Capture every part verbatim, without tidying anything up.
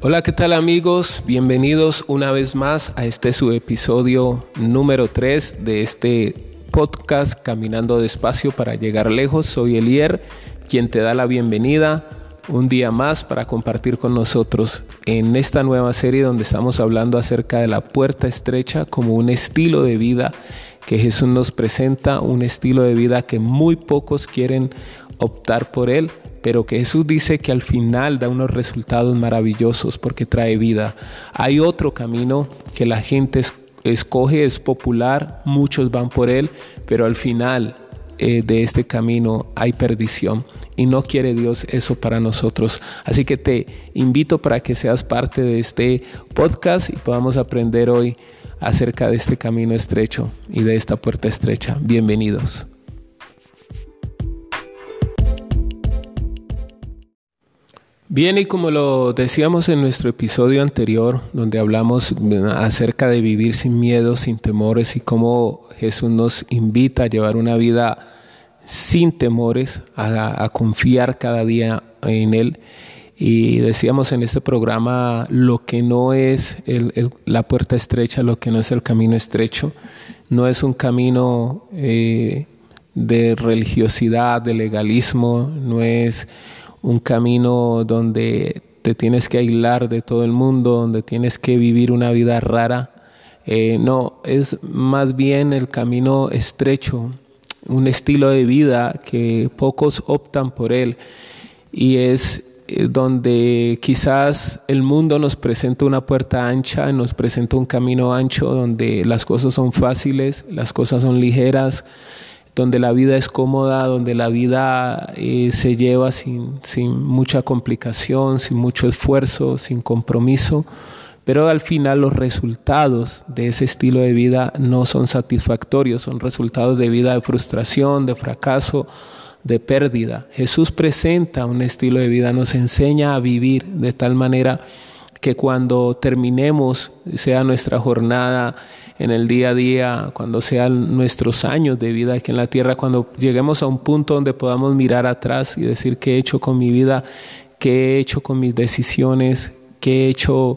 Hola, ¿qué tal amigos? Bienvenidos una vez más a este su episodio número tres de este podcast Caminando Despacio para Llegar Lejos. Soy Elier, quien te da la bienvenida un día más para compartir con nosotros en esta nueva serie donde estamos hablando acerca de la puerta estrecha como un estilo de vida que Jesús nos presenta, un estilo de vida que muy pocos quieren optar por él, pero que Jesús dice que al final da unos resultados maravillosos porque trae vida. Hay otro camino que la gente es, escoge, es popular, muchos van por él, pero al final eh, de este camino hay perdición y no quiere Dios eso para nosotros. Así que te invito para que seas parte de este podcast y podamos aprender hoy acerca de este camino estrecho y de esta puerta estrecha. Bienvenidos. Bien, y como lo decíamos en nuestro episodio anterior, donde hablamos acerca de vivir sin miedo, sin temores, y cómo Jesús nos invita a llevar una vida sin temores, a, a confiar cada día en Él. Y decíamos en este programa lo que no es el, el, la puerta estrecha, lo que no es el camino estrecho, no es un camino eh, de religiosidad, de legalismo, no es un camino donde te tienes que aislar de todo el mundo, donde tienes que vivir una vida rara. Eh, no, es más bien el camino estrecho, un estilo de vida que pocos optan por él, y es eh, donde quizás el mundo nos presenta una puerta ancha, nos presenta un camino ancho donde las cosas son fáciles, las cosas son ligeras, donde la vida es cómoda, donde la vida eh, se lleva sin, sin mucha complicación, sin mucho esfuerzo, sin compromiso, pero al final los resultados de ese estilo de vida no son satisfactorios, son resultados de vida de frustración, de fracaso, de pérdida. Jesús presenta un estilo de vida, nos enseña a vivir de tal manera que cuando terminemos, sea nuestra jornada en el día a día, cuando sean nuestros años de vida aquí en la tierra, cuando lleguemos a un punto donde podamos mirar atrás y decir qué he hecho con mi vida, qué he hecho con mis decisiones, qué he hecho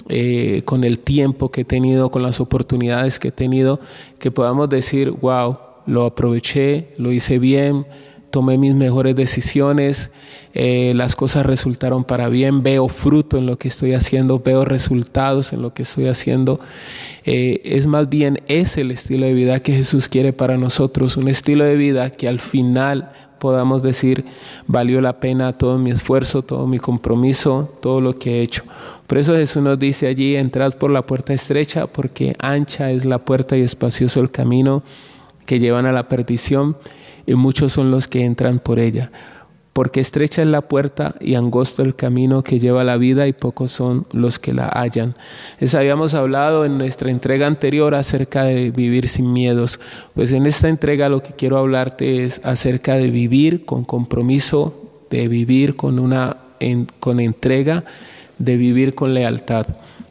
eh, con el tiempo que he tenido, con las oportunidades que he tenido, que podamos decir, wow, lo aproveché, lo hice bien, tomé mis mejores decisiones, eh, las cosas resultaron para bien, veo fruto en lo que estoy haciendo, veo resultados en lo que estoy haciendo. Eh, es más bien ese el estilo de vida que Jesús quiere para nosotros, un estilo de vida que al final podamos decir, valió la pena todo mi esfuerzo, todo mi compromiso, todo lo que he hecho. Por eso Jesús nos dice allí, entrad por la puerta estrecha, porque ancha es la puerta y espacioso el camino que llevan a la perdición, y muchos son los que entran por ella. Porque estrecha es la puerta y angosto el camino que lleva a la vida, y pocos son los que la hallan. Les habíamos hablado en nuestra entrega anterior acerca de vivir sin miedos. Pues en esta entrega lo que quiero hablarte es acerca de vivir con compromiso, de vivir con una en, con entrega, de vivir con lealtad.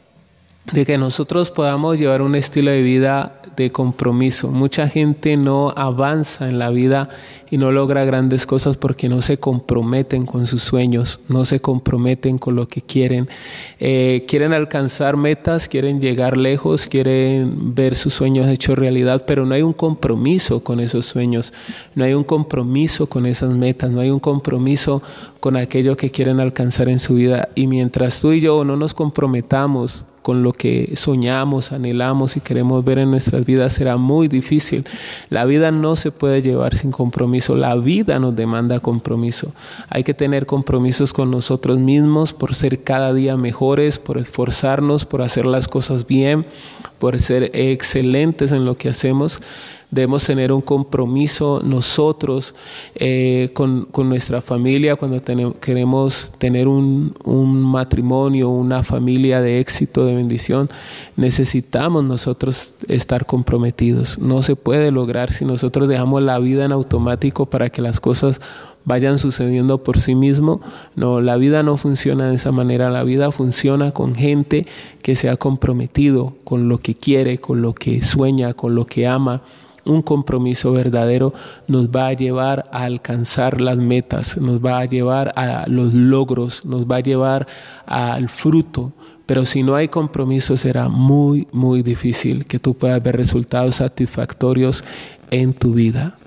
De que nosotros podamos llevar un estilo de vida de compromiso. Mucha gente no avanza en la vida y no logra grandes cosas porque no se comprometen con sus sueños, no se comprometen con lo que quieren. Eh, quieren alcanzar metas, quieren llegar lejos, quieren ver sus sueños hechos realidad, pero no hay un compromiso con esos sueños, no hay un compromiso con esas metas, no hay un compromiso con aquello que quieren alcanzar en su vida. Y mientras tú y yo no nos comprometamos con lo que soñamos, anhelamos y queremos ver en nuestras vidas, será muy difícil. La vida no se puede llevar sin compromiso. La vida nos demanda compromiso. Hay que tener compromisos con nosotros mismos por ser cada día mejores, por esforzarnos, por hacer las cosas bien, por ser excelentes en lo que hacemos. Debemos tener un compromiso nosotros eh, con, con nuestra familia cuando tenemos, queremos tener un, un matrimonio, una familia de éxito, de bendición. Necesitamos nosotros estar comprometidos. No se puede lograr si nosotros dejamos la vida en automático para que las cosas vayan sucediendo por sí mismo. No, la vida no funciona de esa manera. La vida funciona con gente que se ha comprometido con lo que quiere, con lo que sueña, con lo que ama. un compromiso verdadero nos va a llevar a alcanzar las metas, nos va a llevar a los logros, nos va a llevar al fruto. Pero si no hay compromiso será muy, muy difícil que tú puedas ver resultados satisfactorios en tu vida.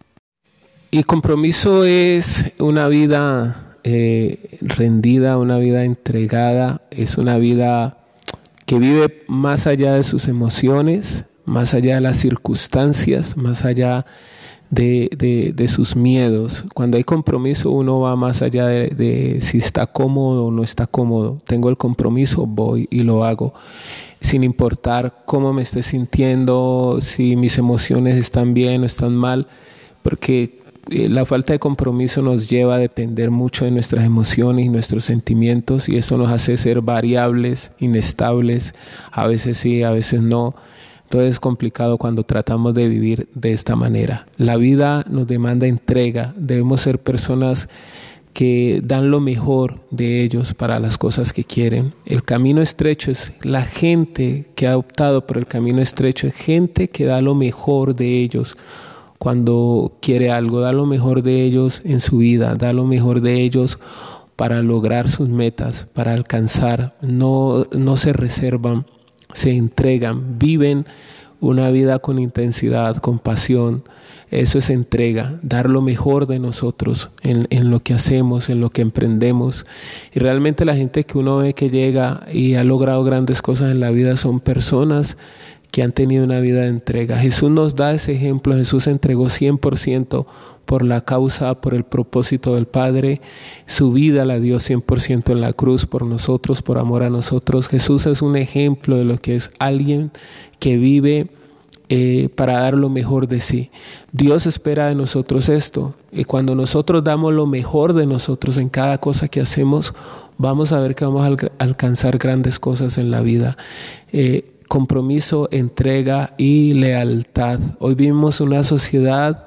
Y compromiso es una vida eh, rendida, una vida entregada, es una vida que vive más allá de sus emociones, más allá de las circunstancias, más allá de, de, de sus miedos. Cuando hay compromiso uno va más allá de, de si está cómodo o no está cómodo. Tengo el compromiso, voy y lo hago, sin importar cómo me esté sintiendo, si mis emociones están bien o están mal, porque la falta de compromiso nos lleva a depender mucho de nuestras emociones y nuestros sentimientos, y eso nos hace ser variables, inestables, a veces sí, a veces no. Entonces es complicado cuando tratamos de vivir de esta manera. La vida nos demanda entrega, debemos ser personas que dan lo mejor de ellos para las cosas que quieren. El camino estrecho es la gente que ha optado por el camino estrecho, es gente que da lo mejor de ellos cuando quiere algo, da lo mejor de ellos en su vida, da lo mejor de ellos para lograr sus metas, para alcanzar, no, no se reservan, se entregan, viven una vida con intensidad, con pasión. Eso es entrega, dar lo mejor de nosotros en, en lo que hacemos, en lo que emprendemos. Y realmente la gente que uno ve que llega y ha logrado grandes cosas en la vida son personas que han tenido una vida de entrega. Jesús nos da ese ejemplo. Jesús se entregó cien por ciento por la causa, por el propósito del Padre. Su vida la dio cien por ciento en la cruz por nosotros, por amor a nosotros. Jesús es un ejemplo de lo que es alguien que vive eh, para dar lo mejor de sí. Dios espera de nosotros esto. Y cuando nosotros damos lo mejor de nosotros en cada cosa que hacemos, vamos a ver que vamos a al- alcanzar grandes cosas en la vida. Eh, compromiso, entrega y lealtad. Hoy vivimos una sociedad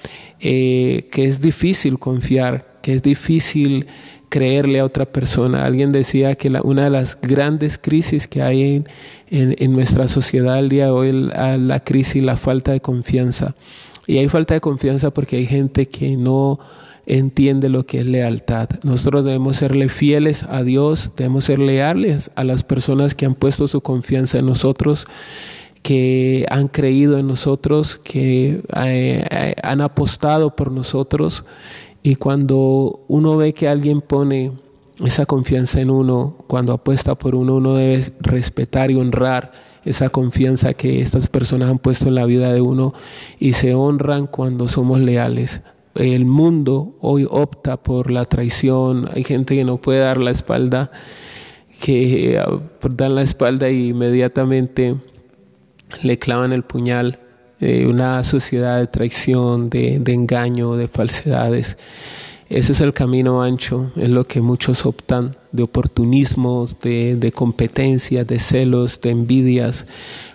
eh, que es difícil confiar, que es difícil creerle a otra persona. Alguien decía que la, una de las grandes crisis que hay en, en, en nuestra sociedad al día de hoy es la, la crisis, la falta de confianza. Y hay falta de confianza porque hay gente que no entiende lo que es lealtad. Nosotros debemos serle fieles a Dios, debemos ser leales a las personas que han puesto su confianza en nosotros, que han creído en nosotros, que eh, han apostado por nosotros. Y cuando uno ve que alguien pone esa confianza en uno, cuando apuesta por uno, uno debe respetar y honrar esa confianza que estas personas han puesto en la vida de uno, y se honran cuando somos leales. El mundo hoy opta por la traición. Hay gente que no puede dar la espalda, que dan la espalda y inmediatamente le clavan el puñal. Eh, una sociedad de traición, de, de engaño, de falsedades. Ese es el camino ancho, es lo que muchos optan, de oportunismos, de, de competencias, de celos, de envidias.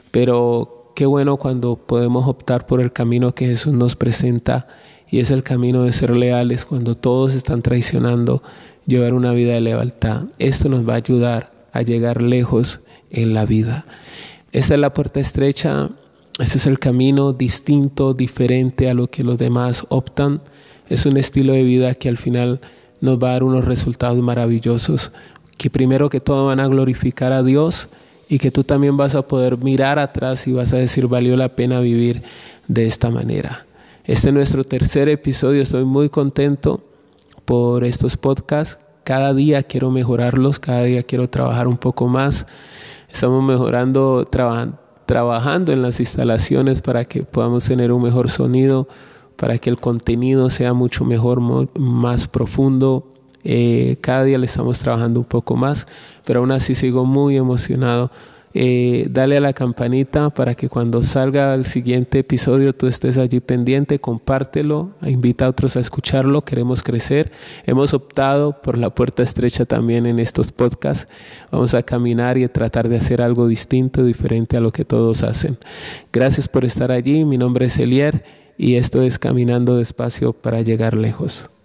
Pero qué bueno cuando podemos optar por el camino que Jesús nos presenta, y es el camino de ser leales cuando todos están traicionando, llevar una vida de lealtad. Esto nos va a ayudar a llegar lejos en la vida. Esta es la puerta estrecha, este es el camino distinto, diferente a lo que los demás optan. Es un estilo de vida que al final nos va a dar unos resultados maravillosos, que primero que todo van a glorificar a Dios, y que tú también vas a poder mirar atrás y vas a decir, valió la pena vivir de esta manera. Este es nuestro tercer episodio. Estoy muy contento por estos podcasts. Cada día quiero mejorarlos, cada día quiero trabajar un poco más. Estamos mejorando, traba, trabajando en las instalaciones para que podamos tener un mejor sonido, para que el contenido sea mucho mejor, más profundo. Eh, cada día le estamos trabajando un poco más, pero aún así sigo muy emocionado. Eh, dale a la campanita para que cuando salga el siguiente episodio tú estés allí pendiente, compártelo, invita a otros a escucharlo. Queremos crecer, hemos optado por la puerta estrecha también en estos podcasts. Vamos a caminar y a tratar de hacer algo distinto, diferente a lo que todos hacen. Gracias por estar allí. Mi nombre es Elier y esto es Caminando Despacio para Llegar Lejos.